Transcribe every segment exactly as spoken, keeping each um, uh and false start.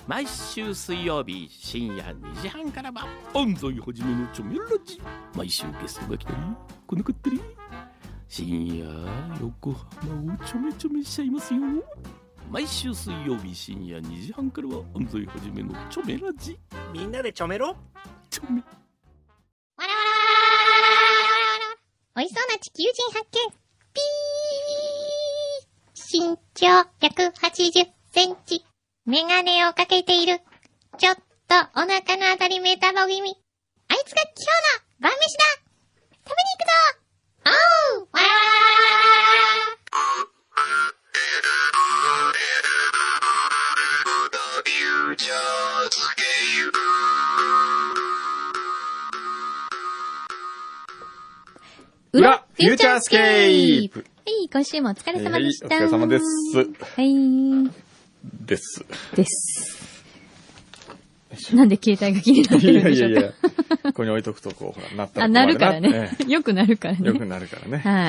毎週水曜日深夜にじはんからは安西はじめのチョメラジ。毎週ゲストが来たり来なかったり、深夜横浜をちょめちょめしちゃいますよ。毎週水曜日深夜にじはんからは安西はじめのチョメラジ。 みんなでちょめろチョメ。 わらわらおいしそうな地球人発見。ピー。身長ひゃくはちじゅっセンチ。メガネをかけている。ちょっとお腹のあたりメタボ気味。あいつが今日の晩飯だ。食べに行くぞ。おう。わらわら裏フューチャースケープ。 はい、今週もお疲れ様でした。 はい、お疲れ様です。 はい。 です。 です。なんで携帯が気になってるんでしょうか。いやいやいや、 ここに置いとくとこう、ほら、なったらあ、なるからね。よくなるからね。 よくなるからね。 はい。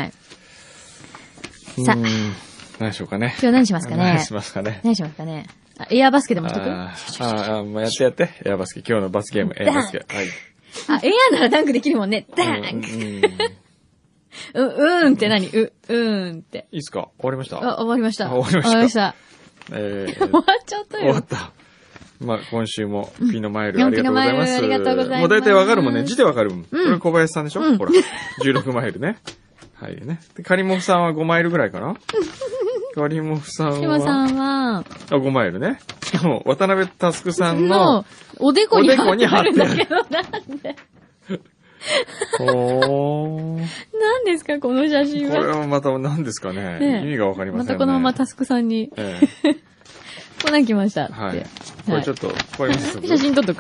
さあ。 何しようかね。 今日何しますかね。 何しますかね。 何しますかね。あ、エアバスケでもしとく？ ああ、もうやってやって。エアバスケ。今日のバスゲーム、エアバスケ。はい。 あ、エアならダンクできるもんね。ダンク。う、うーんって何う、うーんって。 いいっすか？終わりました？ あ、終わりました。 終わりました。 終わりました。 えー、 終わっちゃったよ。 終わった。まあ、今週もピノマイルありがとうございます。 ありがとうございます。 もう大体わかるもんね。字でわかるもん。これ小林さんでしょ、 うん、 ほら。じゅうろくマイルね。はいね。で、カリモフさんはごマイルぐらいかなカリモフさんは。 シマさんは。 あ、ごマイルね。しかも、渡辺タスクさんの、 おでこに貼ってあるんだけど、なんでおー。 何ですか、この写真は。 これはまた何ですかね。ね、意味がわかりませんね。 またこのままタスクさんに。ええ、こんなん来ましたって。 はい。これちょっと、これ見せて。 写真撮っとく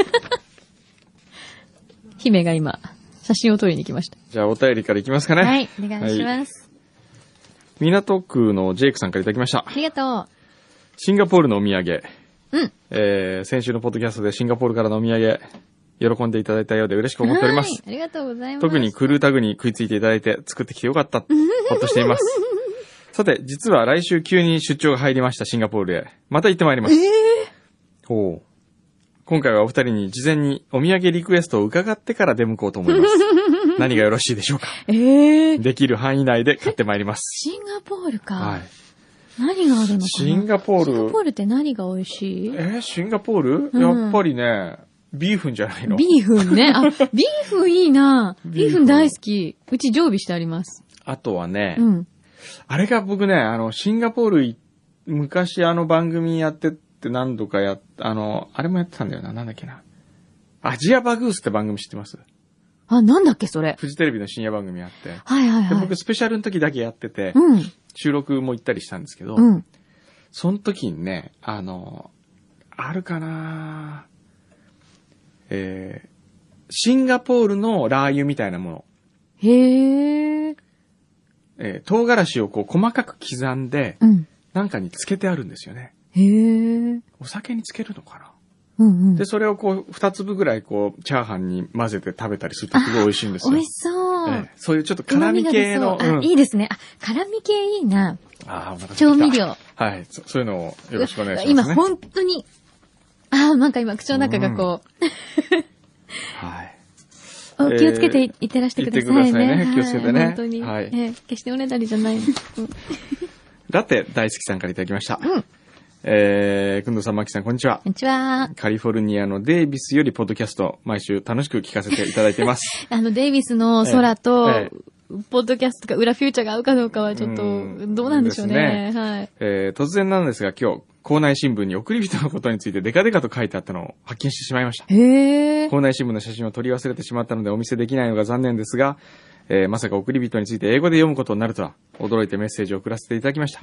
姫が今、写真を撮りに来ました。 じゃあ、お便りからいきますかね。 はい、お願いします。 はい、港区のジェイクさんからいただきました。 ありがとう。 シンガポールのお土産。 うん。 えー、先週のポッドキャストでシンガポールからのお土産、喜んでいただいたようで嬉しく思っております。 ありがとうございます。 特にクルータグに食いついていただいて作ってきてよかった。ほっとしています。さて、実は来週急に出張が入りましたシンガポールへ。また行ってまいります。 えー、おう。今回はお二人に事前にお土産リクエストを伺ってから出向こうと思います。何がよろしいでしょうか。 えー、 できる範囲内で買ってまいります。 シンガポールか。 はい。 何があるのかな。 シンガポール。 シンガポールって何が美味しい？ えー、シンガポール、うん、やっぱりね、ビーフンじゃないの？ ビーフンね。あ、ビーフンいいな。ビーフン大好き。うち常備してあります。 あとはね、 うん、 あれが僕ね、あの、シンガポール、昔あの番組やってって何度かやっ、あの、あれもやってたんだよな。なんだっけな。アジアバグースって番組知ってます？ あ、なんだっけそれ。 フジテレビの深夜番組あって。 はいはいはい。 で僕スペシャルの時だけやってて、 うん、 収録も行ったりしたんですけど、 うん、 その時にね、あの、あるかなえー、シンガポールのラー油みたいなもの。 へー。 えー、唐辛子をこう細かく刻んで、うん、なんかにつけてあるんですよね。 へー。 お酒につけるのかな、 うんうん、 で、それをこう、二粒ぐらいこう、チャーハンに混ぜて食べたりするとすごい美味しいんですよ。 美味しそう、えー。そういうちょっと辛味系の。 あ、うん、いいですね。あ、辛味系いいな。 ああ、 調味料。 はい。そ、そういうのをよろしくお願いします、ね。 今本当に、ああ、なんか今口の中がこう。うん、 はい。 お気をつけていってらしてくださいね。 いってくださいね。気をつけてね。 本当に。はい。えー、決しておねだりじゃない。 ラテ大好きさんからいただきました。 うん。 えー、くんどさん、まきさん、こんにちは。 こんにちは。 カリフォルニアのデイビスよりポッドキャスト、毎週楽しく聞かせていただいています。 あの、デイビスの空と、えー、ポッドキャストとか裏フューチャーが合うかどうかはちょっと、どうなんでしょうね。ねはい。 えー、突然なんですが、今日、校内新聞に送り人のことについてデカデカと書いてあったのを発見してしまいました。 へー。 校内新聞の写真を撮り忘れてしまったのでお見せできないのが残念ですが、えー、まさか送り人について英語で読むことになるとは、驚いてメッセージを送らせていただきました。 うん。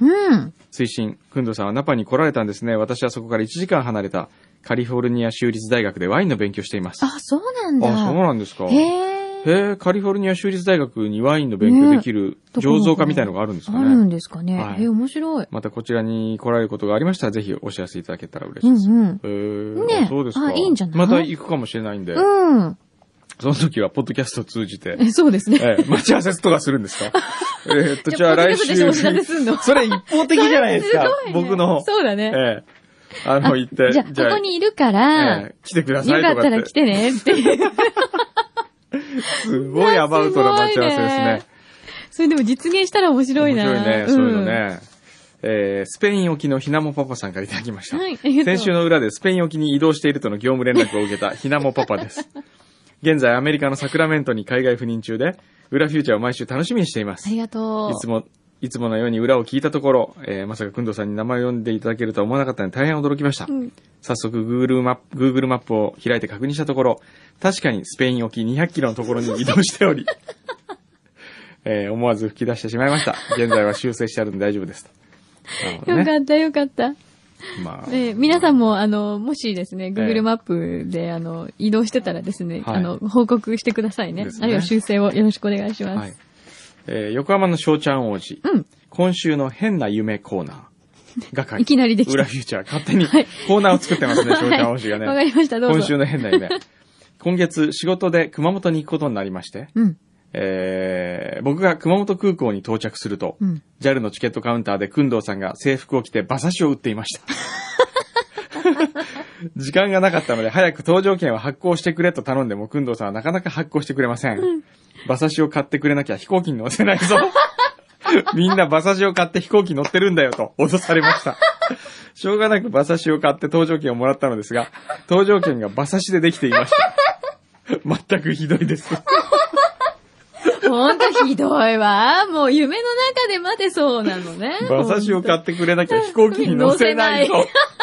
推進、くんどさんはナパに来られたんですね。私はそこからいちじかん離れたカリフォルニア州立大学でワインの勉強しています。 あ、そうなんだ。 あ、そうなんですか。 へー。 へー、カリフォルニア州立大学にワインの勉強できる醸造家みたいのがあるんですかね。 あるんですかね。 はい、 えー、面白い。 またこちらに来られることがありましたら、ぜひお知らせいただけたら嬉しいです。 うんうん。 えー、 ね、 そうですか。 あ、いいんじゃない？ また行くかもしれないんで。 うん。 その時は、ポッドキャストを通じて。 え、そうですね。 えー、待ち合わせとかするんですかえっと、じゃあ来週。 ポッドキャストでお知らせすんの？ それ一方的じゃないですか。僕の。 そうだね。 えーあの、行って。 じゃあ、ここにいるから、 ええ、来てくださいとかって。 よかったら来てねっていう。 すごいアバウトな待ち合わせですね。 それでも実現したら面白いな。 面白いね、そういうのね。えー、スペイン沖のひなもパパさんからいただきました。はい、先週の裏でスペイン沖に移動しているとの業務連絡を受けたひなもパパです。現在アメリカのサクラメントに海外赴任中で、裏フューチャーを毎週楽しみにしています。 ありがとう。 いつも、いつものように裏を聞いたところ、えー、まさかくんどうさんに名前を読んでいただけるとは思わなかったので大変驚きました。うん、早速 Google マップ、Google マップを開いて確認したところ、確かにスペイン沖にひゃくキロのところに移動しており、えー、思わず吹き出してしまいました。現在は修正してあるので大丈夫です。 ね、よかったよかった。 まあ、 えー、皆さんも、あの、もしですね、Google マップで、あの、移動してたらですね、はい、あの、報告してくださいね。ね、あるいは修正をよろしくお願いします。はい、 えー、横浜の翔ちゃん王子。うん。今週の変な夢コーナー。が書いて。 いきなりできた。 裏フューチャー、勝手にコーナーを作ってますね、翔、はい、ちゃん王子がね。 わかりました、どうぞ。 今週の変な夢。今月、仕事で熊本に行くことになりまして。うん。えー、僕が熊本空港に到着すると、うん、ジャル のチケットカウンターで工藤さんが制服を着て馬刺しを売っていました。時間がなかったので早く搭乗券を発行してくれと頼んでも工藤さんはなかなか発行してくれません。うん、馬刺しを買ってくれなきゃ飛行機に乗せないぞ。みんな馬刺しを買って飛行機乗ってるんだよと脅されました。しょうがなく馬刺しを買って搭乗券をもらったのですが、搭乗券が馬刺しでできていました。全くひどいです。 ほんとひどいわ。もう夢の中でまでそうなのね。 馬刺しを買ってくれなきゃ飛行機に乗せないと。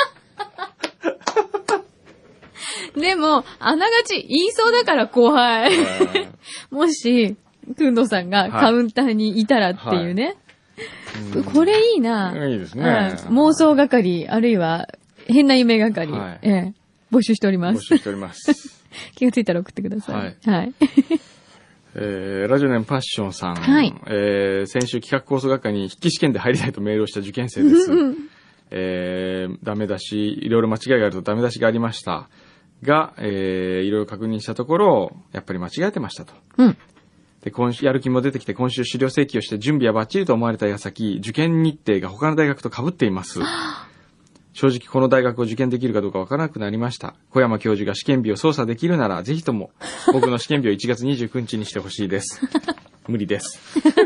でも、あながち言いそうだから怖い。もし、くんどさんがカウンターにいたらっていうね。はい、これいいな。 いいですね。 妄想係、あるいは変な夢係、はいええ、募集しております。 募集しております。 気がついたら送ってください。はい。はいえー、ラジオネームパッションさん、はいえー、先週企画構想学科に筆記試験で入りたいとメールをした受験生です。えー、ダメ出し、いろいろ間違いがあるとダメ出しがありましたが、えー、いろいろ確認したところ、やっぱり間違えてましたと。うん、で今週やる気も出てきて今週資料請求をして準備はバッチリと思われた矢先、受験日程が他の大学と被っています。正直この大学を受験できるかどうかわからなくなりました。小山教授が試験日を操作できるなら、ぜひとも僕の試験日をいちがつにじゅうくにちにしてほしいです。無理です。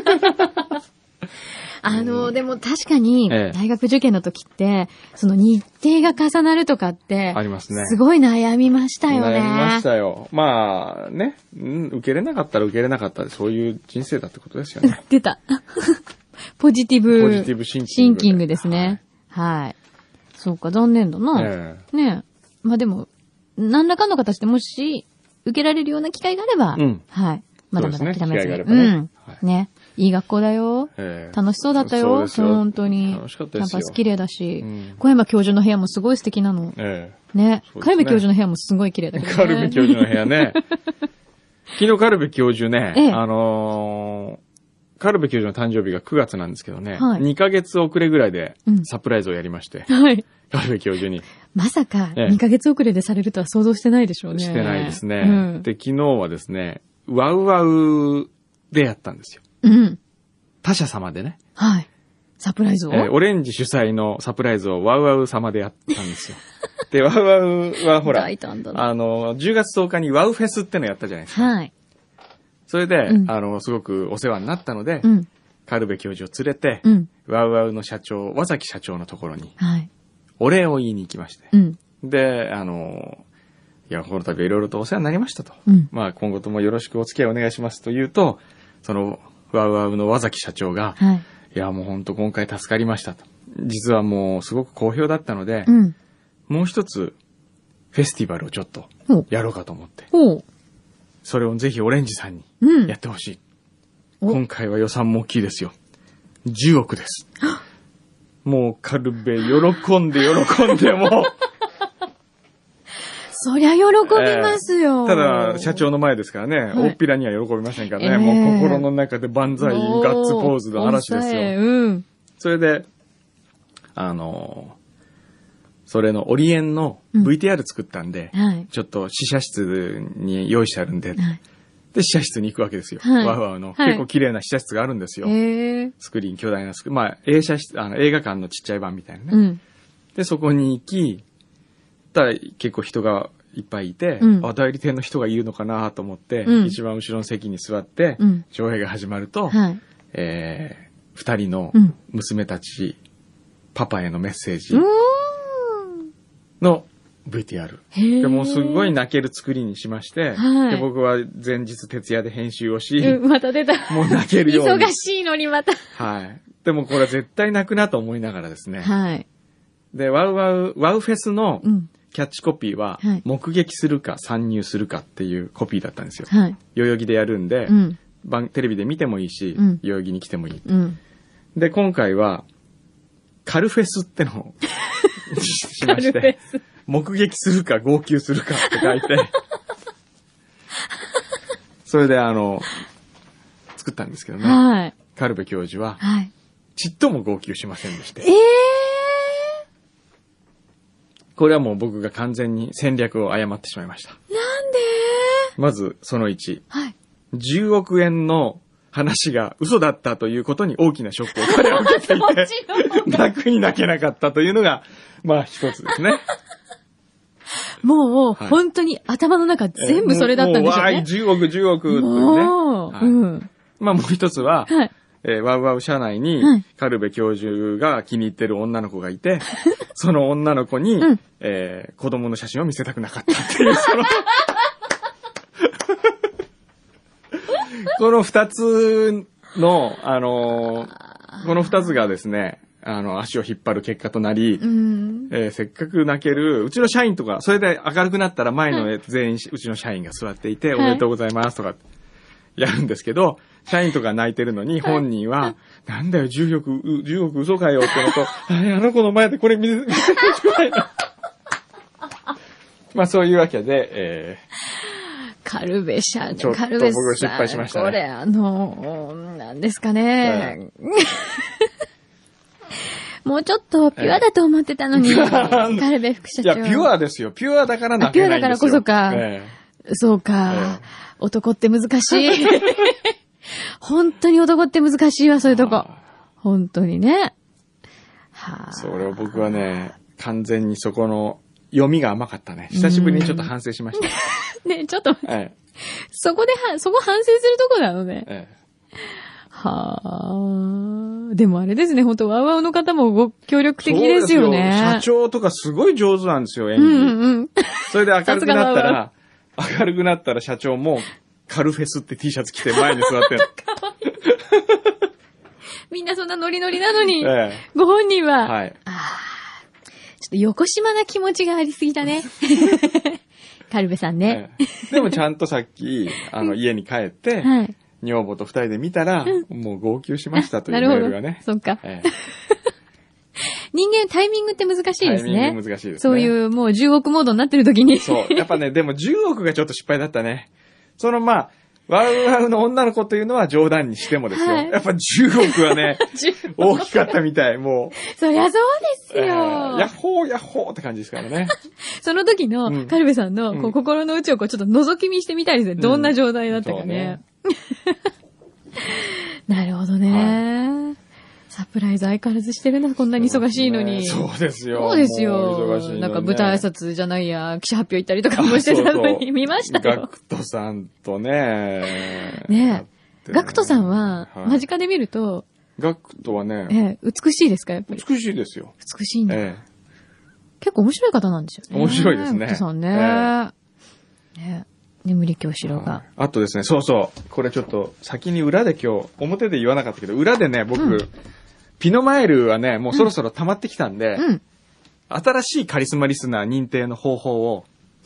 あの、でも確かに、大学受験の時って、ええ、その日程が重なるとかって、 ありますね。 すごい悩みましたよね。 悩みましたよ。まあ、ね、うん、受けれなかったら受けれなかったで、そういう人生だってことですよね。 出た。ポジティブ。 ポジティブシンキング。 シンキングですね。はい。はいそうか、残念だな。ええ、ねえ。まあでも、何らかの形でもし、受けられるような機会があれば、うん、はい。まだまだ諦めずに。うね、うん、はい。ね。いい学校だよ。ええ、楽しそうだったよ。そうですよ本当に。 楽しかったですよ。キャンパス綺麗だし、うん、小山教授の部屋もすごい素敵なの。ええ、ね。ねカルベ教授の部屋もすごい綺麗だけどね。 カルベ教授の部屋ね。昨日カルベ教授ね、ええ、あのー、カルベ教授の誕生日がくがつなんですけどね、はい、にかげつ遅れぐらいでサプライズをやりまして、うん、はい、カルベ教授に。 まさかにかげつ遅れでされるとは想像してないでしょうね。 してないですね。うん、で、昨日はですね、ワウワウでやったんですよ。 うん。 他社様でね。 はい。サプライズを、 えー、オレンジ主催のサプライズをワウワウ様でやったんですよ。で、ワウワウはほら、あの、じゅうがつとおかにワウフェスってのやったじゃないですか。はい。それで、うん、あの、すごくお世話になったので、うん、カルベ教授を連れて、うん、ワウワウの社長、和崎社長のところに、はい、お礼を言いに行きまして、うん、で、あの、いや、この度いろいろとお世話になりましたと。うん、まあ、今後ともよろしくお付き合いお願いしますと言うと、その、ワウワウの和崎社長が、はい、いや、もう本当今回助かりましたと。実はもうすごく好評だったので、うん、もう一つ、フェスティバルをちょっと、やろうかと思って。それをぜひオレンジさんにやってほしい、うん。今回は予算も大きいですよ。じゅうおくです。もうカルベ喜んで喜んでもう。 そりゃ喜びますよ、 えー。ただ、社長の前ですからね、はい、大っぴらには喜びませんからね、えー、もう心の中で万歳、ガッツポーズの嵐ですよ。うん、それで、あの、それのオリエンの ブイティーアール 作ったんで、うんはい、ちょっと試写室に用意してあるんで、はい、で、試写室に行くわけですよ。はい、ワウワウの、はい、結構綺麗な試写室があるんですよ。スクリーン、巨大なスクリーン。まあ、映写室、あの、映画館のちっちゃい版みたいなね。うん、 で、そこに行き、たら結構人がいっぱいいて、うん、あ、代理店の人がいるのかなと思って、うん、一番後ろの席に座って、うん、上映が始まると、はい、えー、二人の娘たち、うん、パパへのメッセージの ブイティーアール。でもうすごい泣ける作りにしまして、はい、で僕は前日徹夜で編集をし、 うん、また出た。 もう泣けるように。 忙しいのにまた。 はい。でもこれは絶対泣くなと思いながらですね。 はい。 で、ワウワウ、ワウフェスのキャッチコピーは、うん、目撃するか参入するかっていうコピーだったんですよ。はい。代々木でやるんで、うん、テレビで見てもいいし、うん、代々木に来てもいい。うん、で、今回は、カルフェスってのをしまして、目撃するか号泣するかって書いて、それであの、作ったんですけどね。はい。カルベ教授は、はい、ちっとも号泣しませんでして。えー、これはもう僕が完全に戦略を誤ってしまいました。なんで？ まず、そのいち。はい。じゅうおくえんの話が嘘だったということに大きなショックを彼は受けていて、泣くに泣けなかったというのが、まあ一つですね。 もう、はい、本当に頭の中全部それだったんでしょうね。 もう、もうじゅうおく、じゅうおくっていうね。はい、うん、まあもう一つは、はい、えー、ワウワウ社内に、カルベ教授が気に入ってる女の子がいて、その女の子に、うん、えー、子供の写真を見せたくなかったっていう、その、この二つの、あのー、この二つがですね、あの、足を引っ張る結果となり、うんえー、せっかく泣ける、うちの社員とか、それで明るくなったら前の全員、うちの社員が座っていて、はい、おめでとうございますとか、やるんですけど、社員とか泣いてるのに、本人は、なんだよ、じゅうおく、じゅうおく嘘かよってのと、あの子の前でこれ見せ、見せてくれない。まあそういうわけで、えー、カルベ社、 ちょっと僕失敗しましたね。 これあの、なんですかね。もうちょっとピュアだと思ってたのに、カルベ副社長。 いや、ピュアですよ。ピュアだから泣けないんですよ。 ピュアだからこそか。えー、そうか、えー。男って難しい。本当に男って難しいわ、そういうとこ。本当にね。 はあ、それを僕はね、完全にそこの読みが甘かったね。久しぶりにちょっと反省しました。 ね、ちょっと待って、ええ。そこでは、そこ反省するとこなのね。ええ、はあ。でもあれですね、本当ワウワウの方もご協力的ですよね。 そうですよ。社長とかすごい上手なんですよ、演技。うんうん、それで明るくなったら、明るくなったら社長もカルフェスって T シャツ着て前に座ってる。 みんなそんなノリノリなのに、ええ、ご本人は、はい、あちょっと横島な気持ちがありすぎたね。カルベさんね、 ええ。でもちゃんとさっき、あの、家に帰って、はい、女房と二人で見たら、もう号泣しましたというメールがね。 そっか。ええ、人間タイミングって難しいですね。タイミング難しいですね。そういうもうじゅうおくモードになってる時に。 そう。やっぱね、でもじゅうおくがちょっと失敗だったね。そのまあ、ワウワウの女の子というのは冗談にしてもですよ。はい、やっぱじゅうおくはね、大きかったみたい、もう。そりゃそうですよ、えー。 ヤッホーヤッホーって感じですからね。 その時のカルベさんのこう、うん、心の内をこうちょっと覗き見してみたいですね。どんな状態だったかね。うん、なるほどね。はい、サプライズ相変わらずしてるな、こんなに忙しいのに。 そうですよ。 そうですよ。忙しい、ね。なんか舞台挨拶じゃないや、記者発表行ったりとかもしてたのに見ましたよ。 ガクトさんとね。 ねえ。ガクトさんは、間近で見ると、はい、 ガクトはね、 ええ、美しいですか、やっぱり。 美しいですよ。 美しいんだ。ええ、結構面白い方なんですよね。 面白いですね。 ガクトさんね。ええね眠り京志郎が、はい。 あとですね、そうそう。これちょっと先に裏で今日、表で言わなかったけど、裏でね、僕、うん、ピノマイルはね、もうそろそろ溜まってきたんで、うん、新しいカリスマリスナー認定の方法を。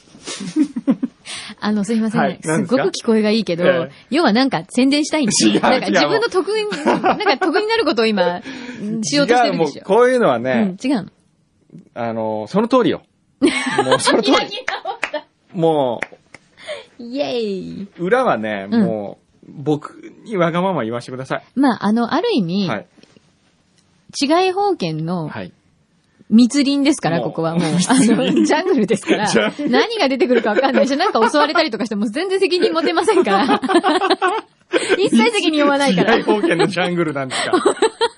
あの、すいません、はい、すっごく聞こえがいいけど、えー、要はなんか宣伝したいんですよ。なんか自分の得意、なんか得意になることを今、しようとしてるんですよ。 違う、もうこういうのはね、 うん、違うの。 あの、その通りよ。もうその通り。もう、イェーイ。 裏はね、うん、もう、僕にわがまま言わせてください。 まあ、あの、ある意味、はい、違い保険の、密林ですから、ここはもう、あの、ジャングルですから、何が出てくるかわかんないし、なんか襲われたりとかしても全然責任持てませんから。一切責任負わないから。 違い保険のジャングルなんですか。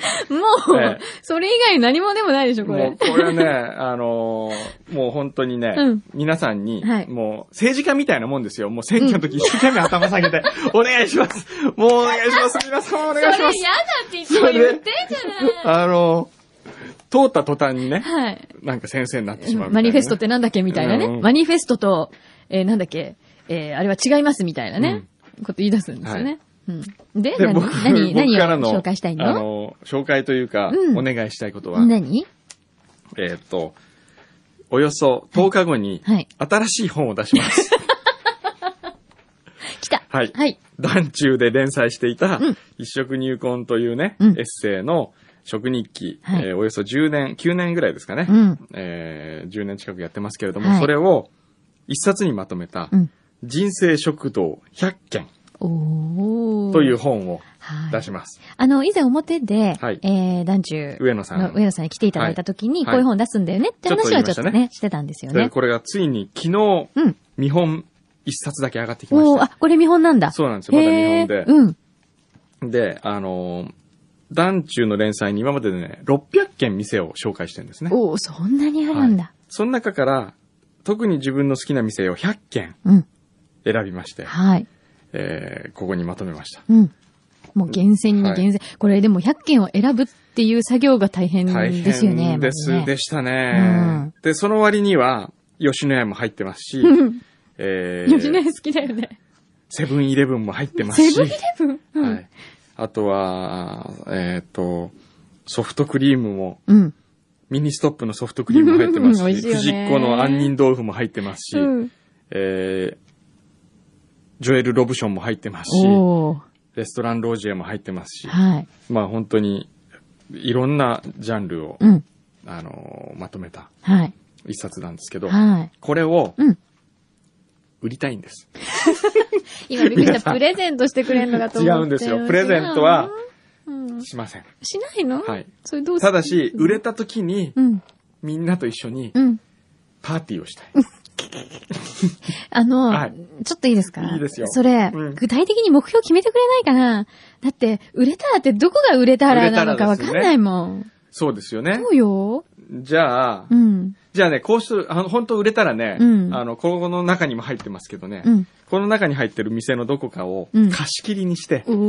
もう、ええ、それ以外何もでもないでしょ、これ。 もう、これはね、あのー、もう本当にね、うん、皆さんに、はい、もう、政治家みたいなもんですよ。もう選挙の時一生懸命頭下げて、お願いします。もうお願いします。皆さんお願いします。 それ嫌だっていつも言ってんじゃない。 あのー、通った途端にね、はい、なんか先生になってしまう、ね、 マニフェストってなんだっけみたいなね。うん、マニフェストと、えー、なんだっけ、えー、あれは違いますみたいなね、うん、こと言い出すんですよね。はいうん、で、で何何何を紹介したいの？ あの、紹介というか、うん、お願いしたいことは。 何？ えっと、およそとおかごに、新しい本を出します。 はい、来た。 はい。はい。団中で連載していた、うん、一色入魂というね、うん、エッセイの食日記、はいえー、およそじゅうねん、きゅうねんぐらいですかね。うんえー、じゅうねん近くやってますけれども、はい、それを一冊にまとめた、うん、人生食堂ひゃっけん。おという本を出します。 はい、あの、以前表で、はい、えー、団中上野さんの上野さんに来ていただいたときに、はい、こういう本を出すんだよねって話はちょっとね、ねしてたんですよね。 これがついに昨日、うん、見本一冊だけ上がってきました。 あ、これ見本なんだ。 そうなんですよ。まだ見本で。うん。で、あのー、団中の連載に今まででね、ろっぴゃっけん店を紹介してるんですね。 おー、そんなにあるんだ。はい、 その中から、特に自分の好きな店をひゃっけん選びまして、うん、はい。えー、ここにまとめました。うん。 もう厳選に厳選。はい、これでもひゃっけんを選ぶっていう作業が大変ですよね。 大変です、ね、でしたね、うん。で、その割には、吉野家も入ってますし、 えー、吉野家好きだよね。 セブンイレブンも入ってますし。 セブンイレブン、うん、はい。 あとは、えっ、ー、と、ソフトクリームも、うん、ミニストップのソフトクリームも入ってますし、藤子の杏仁豆腐も入ってますし、うん、えージョエル・ロブションも入ってますし、レストラン・ロージェも入ってますし、はい、まあ本当にいろんなジャンルを、うん、あのまとめた一冊なんですけど、はい、これを売りたいんです。 今びっくりした。プレゼントしてくれるのかと思って。 違うんですよ。プレゼントはしません。 しないの？ はい。 それどうただし、売れた時に、うん、みんなと一緒にパーティーをしたい。 あの、はい、ちょっといいですか？ いいですよ。 それ、うん、具体的に目標決めてくれないかな？だって、売れたらってどこが売れたらなのかわかんないもん。 そうですよね。 そうよ。 じゃあ、うん、じゃあね、こうする、あの、本当売れたらね、うん、あの、ここの中にも入ってますけどね、うん、この中に入ってる店のどこかを貸し切りにして、うん、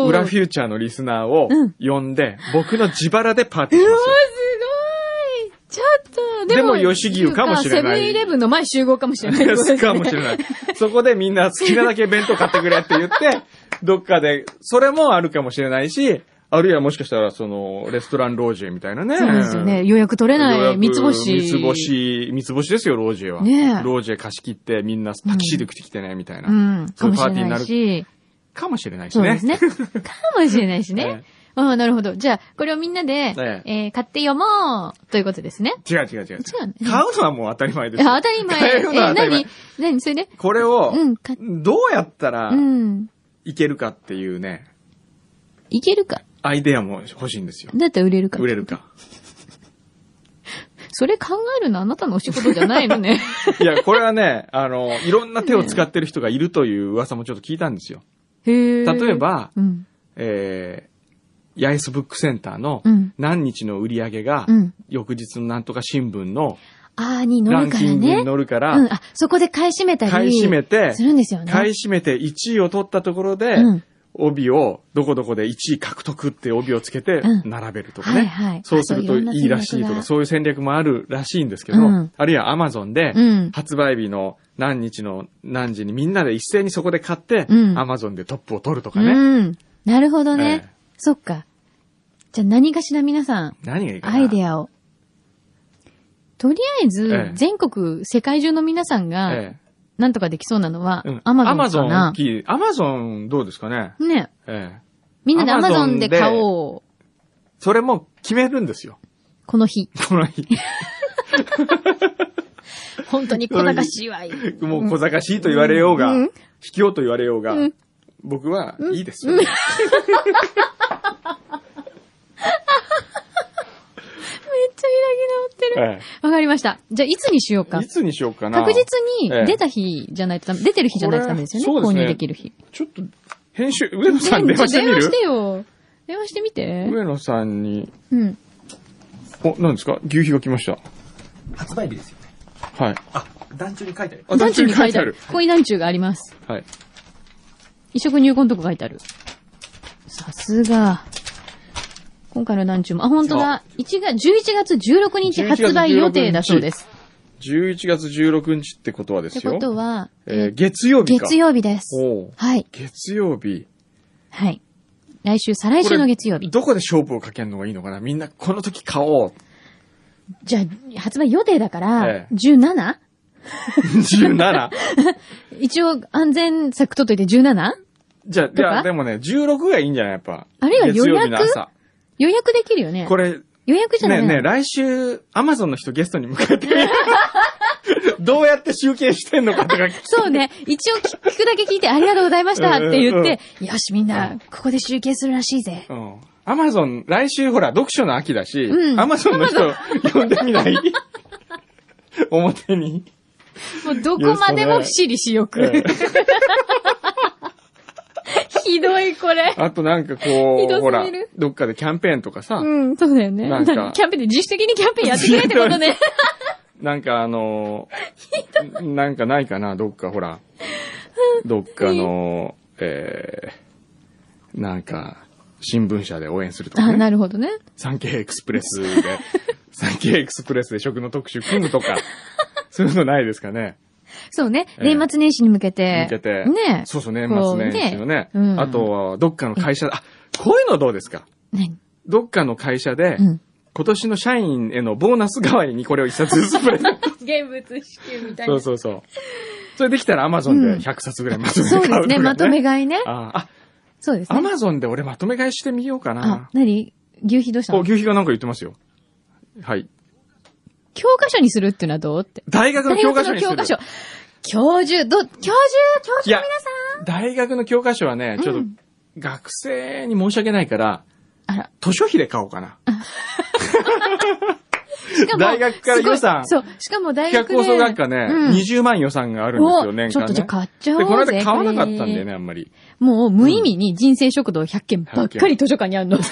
裏フューチャーのリスナーを呼んで、うん、僕の自腹でパーティーしますよ。 ちょっと、でも、 でも吉牛かもしれない。 セブンイレブンの前集合かもしれない、 ね。かもしれない。そこでみんな好きなだけ弁当買ってくれって言って、どっかで、それもあるかもしれないし、あるいはもしかしたら、その、レストランロージェみたいなね。 そうですよね。予約取れない三つ星。 三つ星、三つ星ですよ、ロージェは。ねロージェ貸し切ってみんなタキシード着てきてね、みたいな。うん。そういうパーティーになる。かもしれないしね。 そうですね。かもしれないしね。ああ、なるほど。じゃあ、これをみんなで、えええー、買って読もうということですね。 違う違う違う。違う、ね。買うのはもう当たり前です。 当たり前。買うのは当たり前。えー、何何それでこれを、うん、どうやったら、いけるかっていうね。 いけるかアイデアも欲しいんですよ。 だったら売れるか。 売れるか。 それ考えるのあなたのお仕事じゃないのね。 いや、これはね、あの、いろんな手を使ってる人がいるという噂もちょっと聞いたんですよ。へー。例えば、うん、えー、ヤエスブックセンターの何日の売り上げが、翌日のなんとか新聞のランキングに載るから、 うん、あ、そこで買い占めたり買い占めて、するんですよね。 買い占めていちいを取ったところで、うん、帯をどこどこでいちい獲得って帯をつけて並べるとかね。うんはいはい、そうするといいらしいとか、そういう戦略もあるらしいんですけど、うん、あるいはアマゾンで発売日の何日の何時にみんなで一斉にそこで買って、アマゾンでトップを取るとかね。うん、 なるほどね。えーそっか。じゃあ何かしら皆さん、 何がいいかなアイデアを。とりあえず、ええ、全国、世界中の皆さんが、ええ、なんとかできそうなのは、アマゾンかな。アマゾン大きい。 アマゾンどうですかね。 ね。ええ、みんなでアマゾンで買おう。 それも決めるんですよ。 この日。 この日。 本当に小賢しいわい。 もう小賢しいと言われようが、うん、卑怯と言われようが、うん僕はいいですよ、ね。めっちゃ開き直ってる。わ、ええ、かりました。じゃあいつにしようか。 いつにしようかな。 確実に出た日じゃないと、ええ、出てる日じゃないとダメですよね。そうですね。購入できる日。 ちょっと編集上野さん電話してみる？ 電話してよ。 電話してみて。 上野さんに。 うん。 お、何ですか？牛皮が来ました。 発売日ですよね。 はい。 あ、団中に書いてある。 あ、団中に書いてある。ここに団中があります。 はい。 移植入魂のとこ書いてある。さすが。今回の団中も、あ、本当だ。いちがつ、じゅういちがつじゅうろくにち発売予定だそうです。 じゅういちがつじゅうろくにちってことはですよ。 ってことは、 えー、月曜日か。 月曜日です。 おはい。 月曜日。 はい。来週、再来週の月曜日。 どこで勝負をかけるのがいいのかな？みんなこの時買おう。 じゃあ、発売予定だから、ええ、じゅうなな? じゅうなな? 一応、安全策取っといて じゅうなな? じゃあ、いや、でもね、じゅうろくがいいんじゃないやっぱ。 あるいは予約予約できるよね。 これ、 予約じゃないねえねえ、来週、アマゾンの人ゲストに迎えて、どうやって集計してんのかとか。 そうね。一応聞くだけ聞いてありがとうございましたって言って、うん、よしみんな、ここで集計するらしいぜ。 うん。アマゾン、来週ほら、読書の秋だし、アマゾンの人呼んでみない表に。 もうどこまでも私利私欲。ええひどい、これ。 あとなんかこう、ほら、どっかでキャンペーンとかさ。 うん、そうだよね。なんか、キャンペーンで自主的にキャンペーンやってくれってことね。 なんかあのー、なんかないかな、どっかほら、どっかの、えー、なんか、新聞社で応援するとか、ね。 あ、なるほどね。 サンケイエクスプレスで、サンケイエクスプレスで食の特集組むとか、そういうのないですかね。 そうね。年末年始に向けて。 向けて。 ね。 そうそう、年末年始のね。うん、あとは、どっかの会社、あ、こういうのどうですか？ 何？ どっかの会社で、うん、今年の社員へのボーナス代わりにこれを一冊ずつプレゼント。 現物支給みたいな。 そうそうそう。それできたらアマゾンでひゃくさつぐらいまとめ買うとか、ね、 そうですね。まとめ買いね。 ああ。 そうですね。 アマゾンで俺まとめ買いしてみようかな。 あ、何？牛皮どうしたの？ 牛皮がなんか言ってますよ。はい。 教科書にするっていうのはどうって。 大学の教科書にする。 大学の教科書。教授、ど、教授、教授の皆さん。 大学の教科書はね、ちょっと、学生に申し訳ないから、 あら、 図書費で買おうかな。大学から予算。 そう、しかも大学で。 企画構想学科ね、うん、にじゅうまん予算があるんですよ、年間ね。 ちょっとじゃ買っちゃおうぜ。 で、この間買わなかったんだよね、あんまり。 もう無意味に人生食堂ひゃっけんばっかり図書館にあるの。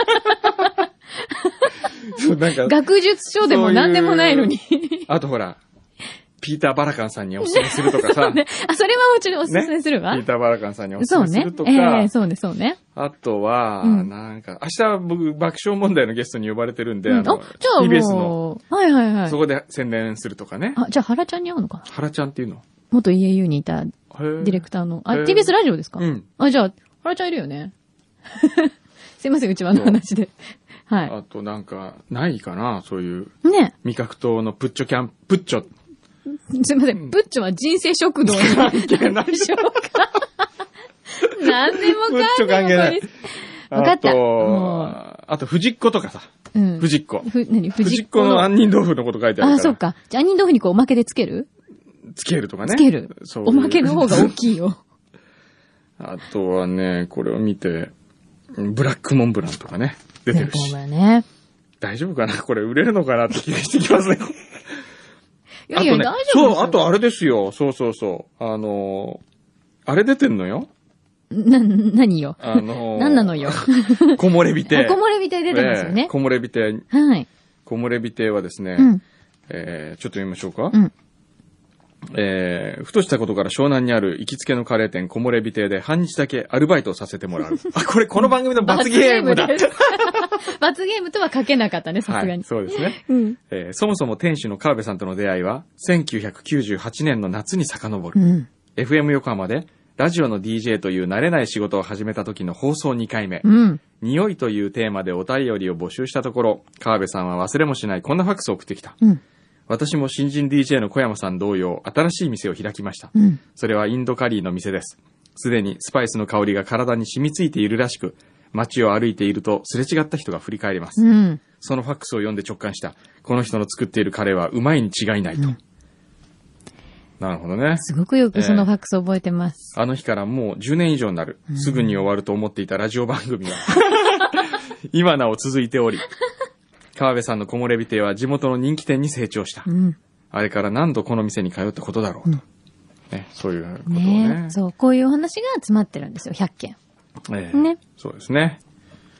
なんか学術書でも何でもないのに。 あとほら、ピーター・バラカンさんにおすすめするとかさ。 ね、あ、それはもちろんおすすめするわ。 ね、ピーター・バラカンさんにおすすめするとか。 そうね。えー、そうね、そうね。 あとは、うん、なんか、明日僕爆笑問題のゲストに呼ばれてるんで、うん、あの、 あ、じゃあティービーエス の。 はいはいはい。 そこで宣伝するとかね。 あ、じゃあ原ちゃんに会うのかな？ 原ちゃんっていうの？ 元 イーエーユー にいたディレクターの。あ、ティービーエス ラジオですか？うん。あ、じゃあ、原ちゃんいるよね。すいません、うちわの話で。はい。 あとなんか、ないかな、そういう。 ね。 味覚糖のプッチョキャン、プッチョ。 すいません、プッチョは人生食堂に関係ないでしょうか。何でも関係ない。プッチョ関係ない。分かった。あと、あと、藤っ子とかさ。うん。藤っ子。ふ、何藤っ子の杏仁豆腐のこと書いてあるから。 あ、そっか。じゃあ杏仁豆腐にこうおまけでつける？ つけるとかね。 つける。そう。おまけの方が大きいよ。 あとはね、これを見て、ブラックモンブランとかね、出てるし。 そうだね。 大丈夫かな？これ売れるのかなって気がしてきますね。 いやいや、ね、大丈夫ですよ。 そう、あとあれですよ。そうそうそう。あのー、あれ出てんのよ。 な、何よ。 あのー、 何なのよ。 木漏れ日亭。 木漏れ日亭出てますよね。 木漏れ日亭。 はい。 木漏れ日亭はですね、うん、えー、ちょっと読みましょうか。 うんえー、ふとしたことから湘南にある行きつけのカレー店木漏れ日亭で半日だけアルバイトをさせてもらう。あ、これこの番組の罰ゲームだ。 罰ゲームとは書けなかったね、さすがに、はい。 そうですね、 うんえー。そもそも店主の川辺さんとの出会いはせんきゅうひゃくきゅうじゅうはちねんの夏に遡る。 うん、 エフエム 横浜でラジオの ディージェー という慣れない仕事を始めた時の放送にかいめ。 うん、 匂いというテーマでお便りを募集したところ、川辺さんは忘れもしないこんなファックスを送ってきた。 うん私も新人 ディージェー の小山さん同様、新しい店を開きました。 うん、 それはインドカリーの店です。すでにスパイスの香りが体に染みついているらしく、街を歩いているとすれ違った人が振り返ります。 うん、 そのファックスを読んで直感した。この人の作っているカレーはうまいに違いないと。うん、なるほどね。 すごくよくそのファックスを覚えてます。 えー、あの日からもうじゅうねん以上になる。うん、すぐに終わると思っていたラジオ番組が、今なお続いており、川辺さんの木漏れ日亭は地元の人気店に成長した。 うんあれから何度この店に通ったことだろうと。うんね、そういうことをね。 ねそう、こういうお話が詰まってるんですよ、ひゃっけん。 えー、ね。そうですね。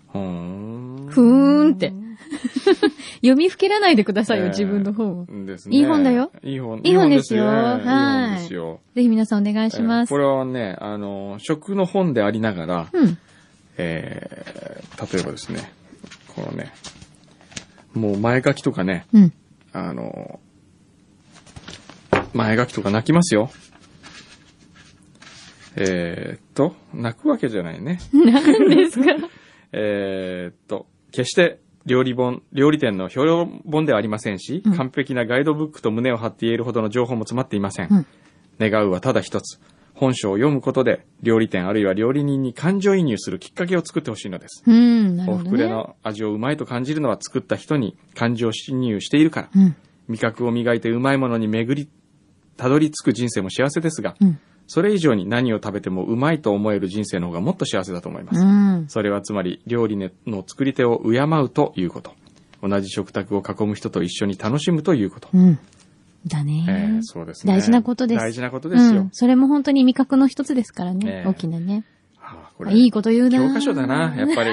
ふーん。 ふーんって。読みふけらないでくださいよ、えー、自分の本を。 ですね。 いい本だよ。 いい本。 いい本ですよ。 はい。いい本ですよ。ぜひ皆さんお願いします。 えー、これはね、あの、食の本でありながら、 うん、 えー、例えばですね、このね、もう前書きとかね、 うん、 あの、前書きとか泣きますよ。えー、っと、泣くわけじゃないね。 何ですかえーっと、決して料理本、料理店の評本ではありませんし、うん、完璧なガイドブックと胸を張って言えるほどの情報も詰まっていません。 うん、 願うはただ一つ。本書を読むことで、料理店あるいは料理人に感情移入するきっかけを作ってほしいのです。 うん、なるほどね。 おふくれの味をうまいと感じるのは作った人に感情移入しているから。 うん、 味覚を磨いてうまいものに巡り、たどり着く人生も幸せですが、 うん、 それ以上に何を食べてもうまいと思える人生の方がもっと幸せだと思います。 うん、 それはつまり料理の作り手を敬うということ。同じ食卓を囲む人と一緒に楽しむということ。 うん、だね、 えー、そうですね。 大事なことです。 大事なことですよ。 うん、それも本当に味覚の一つですからね。えー、大きなね。 はあ、これいいこと言うな。 教科書だな、やっぱり。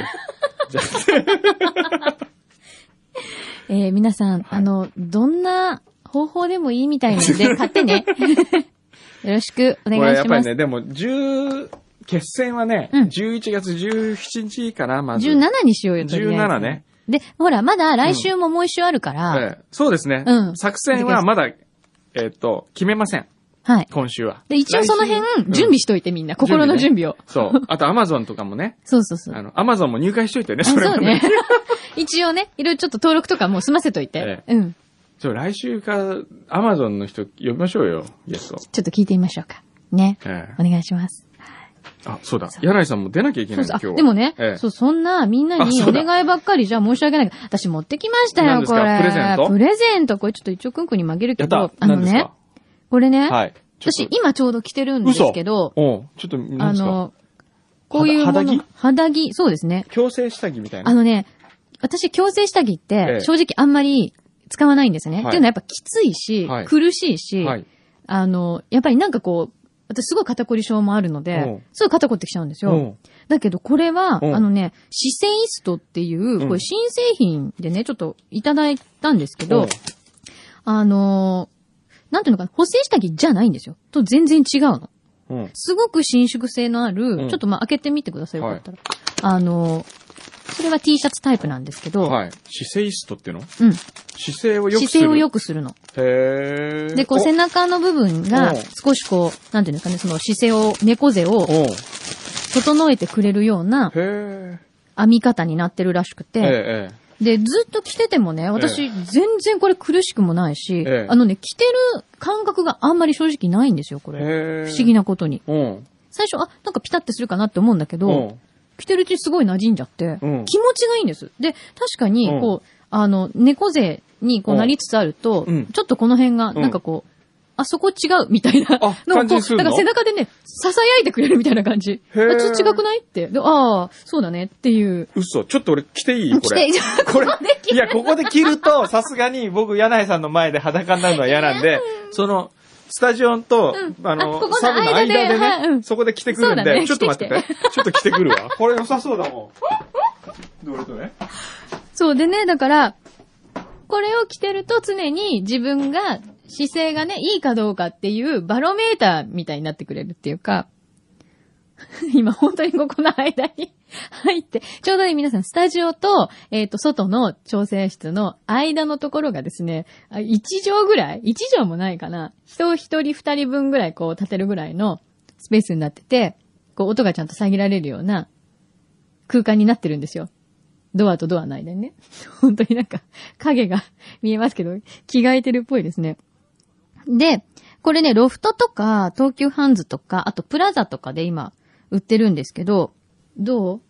えー、皆さん、はい、あの、どんな方法でもいいみたいなので、買ってね。よろしくお願いします。これやっぱりね、 でも、10、決戦はね、うん、じゅういちがつじゅうしちにちかな、まず。 じゅうしちにしようよ、とりあえず。 じゅうしちね。 で、ほら、まだ来週ももう一週あるから。 うんええ、そうですね。うん。作戦はまだ、えー、っと、決めません。 はい。 今週は。 で、一応その辺、準備しといてみんな。うん、心の準備を。 ね、そう。あと、アマゾンとかもね。 そうそうそう。 あの、アマゾンも入会しといてね、それはね。 そうね。一応ね、いろいろちょっと登録とかもう済ませといて。ええ、うん。 そう、来週から、アマゾンの人呼びましょうよ、ゲスト。 ちょっと聞いてみましょうか。ね。ええ、お願いします。 あ、そうだ。柳井さんも出なきゃいけないんです、今日。でもね、ええ、そう、そんな、みんなにお願いばっかりじゃ申し訳ない。私持ってきましたよ、これ。 プレゼントプレゼント。これちょっと一応くんくんに曲げるけど、あのね、これね、はい、私今ちょうど着てるんですけど、 おちょっと何ですか、あの、 こういうもの。肌着肌着、そうですね。 矯正下着みたいな。 あのね、私矯正下着って、正直あんまり使わないんですね。はい、っていうのはやっぱきついし、はい、苦しいし、はい、あの、やっぱりなんかこう、私すごい肩こり症もあるので、すぐ肩こってきちゃうんですよ。だけどこれは、あのね、シセイストっていう、これ新製品でね、ちょっといただいたんですけど、あの、なんていうのかな、補正下着じゃないんですよ。と全然違うの。すごく伸縮性のある、ちょっとまあ開けてみてくださいよかったら。あの、それは T シャツタイプなんですけど。 はい。シセイストっていうの？ うん。 姿勢を良くする。 姿勢を良くするの。 へー。 で、こう背中の部分が少しこう、なんていうんですかね、その姿勢を、猫背を整えてくれるような編み方になってるらしくて。 えー、で、ずっと着ててもね、私全然これ苦しくもないし、えー、あのね、着てる感覚があんまり正直ないんですよ、これ。不思議なことに。最初、あ、なんかピタってするかなって思うんだけど、着てるうちにすごい馴染んじゃって、うん、気持ちがいいんです。で、確かに、こう、うん、あの、猫背にこうなりつつあると、うん、ちょっとこの辺が、なんかこう、うん、あそこ違うみたいなのを、こう、だから背中でね、囁いてくれるみたいな感じ。あ、ちょっと違くないって。で、ああ、そうだねっていう。 嘘。ちょっと俺着ていいこれ。 着ていい。 これ。いや、ここで着ると、さすがに僕、柳井さんの前で裸になるのは嫌なんで、その、スタジオンと、うん、あの、あここサブの間でね、はいうん、そこで着てくるんで、ね、ちょっと待ってて。ちょっと着てくるわ。これ良さそうだもん。どういうことね。 そうでね、だから、これを着てると常に自分が姿勢がね、いいかどうかっていうバロメーターみたいになってくれるっていうか、今本当にここの間に入って、ちょうどね皆さんスタジオと、えっと、外の調整室の間のところがですね、いち畳ぐらい ?いち 畳もないかな人一人二人分ぐらいこう立てるぐらいのスペースになってて、こう音がちゃんと遮られるような空間になってるんですよ。ドアとドアの間にね。本当になんか影が見えますけど、着替えてるっぽいですね。で、これね、ロフトとか東急ハンズとか、あとプラザとかで今売ってるんですけど、どう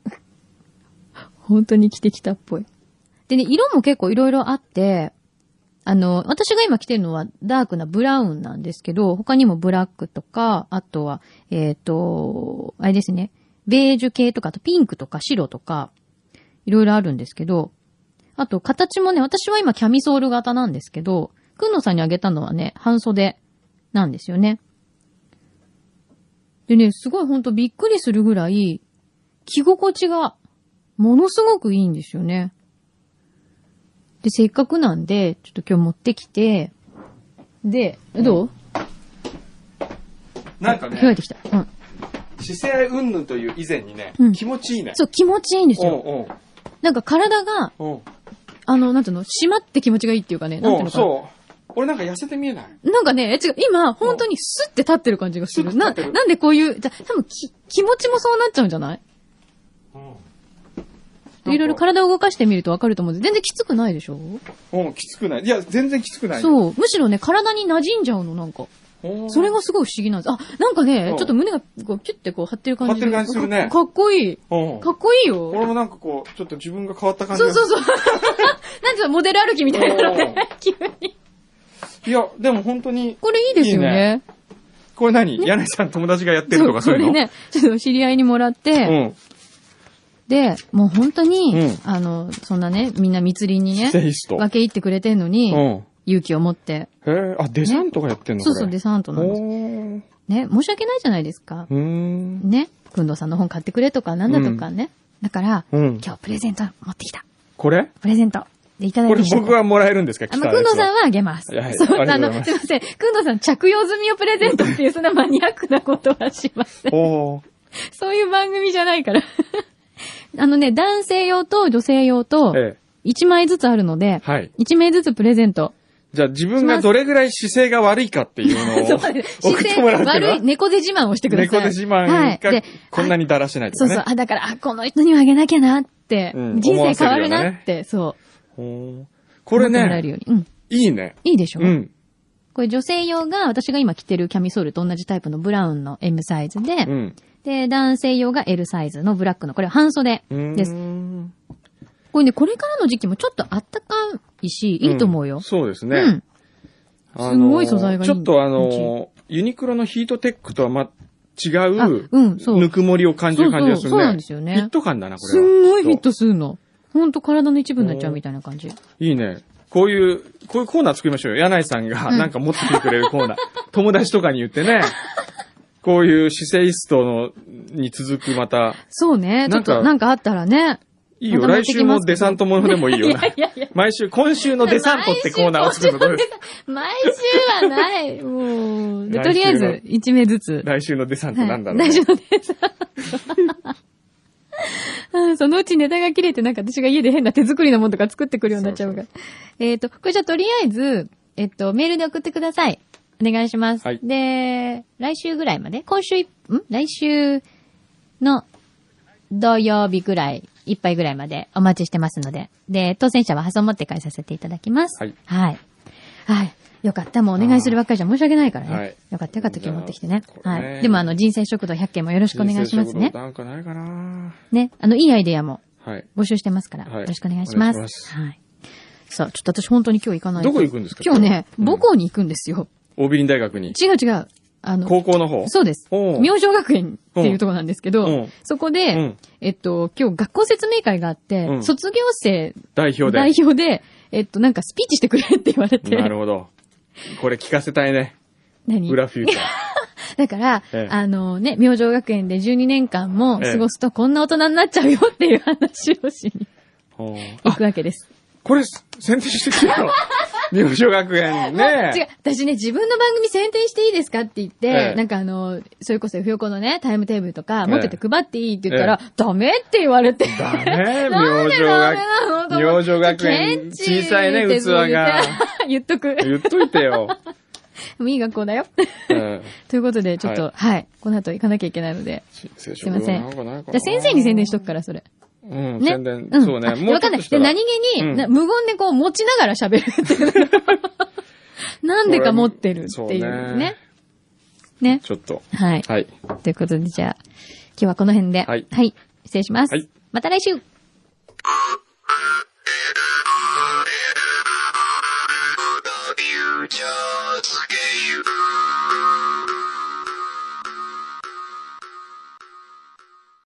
本当に着てきたっぽい。でね、色も結構いろいろあって、あの、私が今着てるのはダークなブラウンなんですけど、他にもブラックとか、あとは、えっと、あれですね、ベージュ系とか、あとピンクとか白とか、いろいろあるんですけど、あと形もね、私は今キャミソール型なんですけど、くんのさんにあげたのはね、半袖なんですよね。でね、すごいほんとびっくりするぐらい、着心地がものすごくいいんですよね。で、せっかくなんで、ちょっと今日持ってきて、で、どう？ なんかね。 聞こえてきた。うん。 姿勢云々という以前にね、うん、気持ちいいね。 そう、気持ちいいんですよ。おうおうなんか体が、あの、なんていうの、締まって気持ちがいいっていうかね、なんていうのかな。そう。俺なんか痩せて見えない？ なんかね、違う、今、本当にスッて立ってる感じがする。な、なんでこういう、じゃ、多分き、気持ちもそうなっちゃうんじゃない？いろいろ体を動かしてみるとわかると思うんです。全然きつくないでしょ？ うん、きつくない。いや、全然きつくない。 そう。むしろね、体に馴染んじゃうの、なんか。それがすごい不思議なんです。あ、なんかね、ちょっと胸がこうキュッてこう張ってる感じで。 張ってる感じするね。 かっこいい。かっこいいよ。 俺もなんかこう、ちょっと自分が変わった感じ。 そうそうそう。なんていうの、モデル歩きみたいなのね、急に。 いや、でも本当に。 これいいですよね。 これ何？柳井さん友達がやってるとかそういうの？これね、 ちょっと知り合いにもらって、で、もう本当に、あの、そんなね、みんな密林にね、分け入ってくれてんのに、勇気を持って。 へえ、あ、デサントがやってんの？ そうそう、デサントなんです。ね、申し訳ないじゃないですか。ね、くんどうさんの本買ってくれとか、なんだとかね。だから、今日プレゼント持ってきた。 これ？ プレゼント。で、いただきました。 これ僕はもらえるんですか？ あ、まあ、くんどうさんはあげます。はい、そう、あの、すいません。くんどうさん着用済みをプレゼントっていう、そんなマニアックなことはしません。そういう番組じゃないから。あのね、男性用と女性用と、いちまいずつあるので、はい、いちまいずつプレゼント。 じゃあ自分がどれぐらい姿勢が悪いかっていうのを送ってもらうから。 悪い猫背自慢をしてください。 猫背自慢が、はい、こんなにだらしてないとかね。 そうそう。あ、だから、あ、この人にはあげなきゃなって、うん、人生変わるなって、ね、そう。 これね、うん、いいね。 いいでしょ？うん。これ女性用が、私が今着てるキャミソールと同じタイプのブラウンの エム サイズで、うん、で、男性用が エル サイズのブラックの、これ半袖です。これね、これからの時期もちょっとあったかいし、いいと思うよ。うん、 そうですね。うん。 すごい素材がいい。 ちょっとあの、ユニクロのヒートテックとはま、違う、うん、そう。ぬくもりを感じる感じがするね。そうなんですよね。フィット感だな、これは。 すんごいフィットするの。ほんと体の一部になっちゃうみたいな感じ。 いいね。こういう、こういうコーナー作りましょうよ。柳井さんがなんか持ってきてくれるコーナー。友達とかに言ってね。こういう姿勢イストのに続くまた。 そうね。ちょっとなんかあったらね。 いいよ。来週もデサントものでもいいよな。いやいや毎週、今週のデサントってコーナーを作るのどうですか？ 毎週はない。もう。とりあえず、いち名ずつ。 来週のデサントなんだろう、ね。 来週のデサント。そのうちネタが切れて、なんか私が家で変な手作りのものとか作ってくるようになっちゃうから。そうそうえっと、これじゃあとりあえず、えっと、メールで送ってください。お願いします。はい、で、来週ぐらいまで今週、ん来週の土曜日ぐらい、いっぱいぐらいまでお待ちしてますので。で、当選者は発送持って返させていただきます。はい。はい。はい。よかった。もうお願いするばっかりじゃ申し訳ないからね。はい。よかったよかった今日持ってきてね。はい。でもあの、人生食堂ひゃっけんもよろしくお願いしますね。 なんかないかなね。あの、いいアイデアも募集してますから、はい、よろしくお願いします。はい。はい。さあ、ちょっと私本当に今日行かないと。 どこ行くんですか？ 今日ね、母校に行くんですよ。 桜美林大学に。 違う違う。あの、 高校の方？ そうです。明星学園っていうところなんですけど、そこで、うん、えっと、今日学校説明会があって、うん、卒業生代表で、 代表で、えっと、なんかスピーチしてくれって言われて。 なるほど。これ聞かせたいね。何？裏フューチャー。 だから、ええ、あのね、明星学園でじゅうにねんかんも過ごすとこんな大人になっちゃうよっていう話をしに行くわけです。 これ、宣伝してくれよ。明星学園ね。 違う。私ね、自分の番組宣伝していいですかって言って、ええ、なんかあの、それこそ F 横のね、タイムテーブルとか持ってて配っていいって言ったら、ええ、ダメって言われて。 ダメ明星学園。明星学園。小さいね、器が。 言っとく。 言っといてよ。 もういい学校だよ。うん、ということで、ちょっと、はい、はい。この後行かなきゃいけないので。すいません。じゃあ先生に宣伝しとくから、それ。 うん、ね、宣伝、うん、そうね。 もうわかんない。で、何気に、うん、無言でこう持ちながら喋るっていう。なんでか持ってるっていうね。ね。 ちょっと。 はい。はい。ということで、じゃあ、今日はこの辺で。はい。はい。失礼します。はい。また来週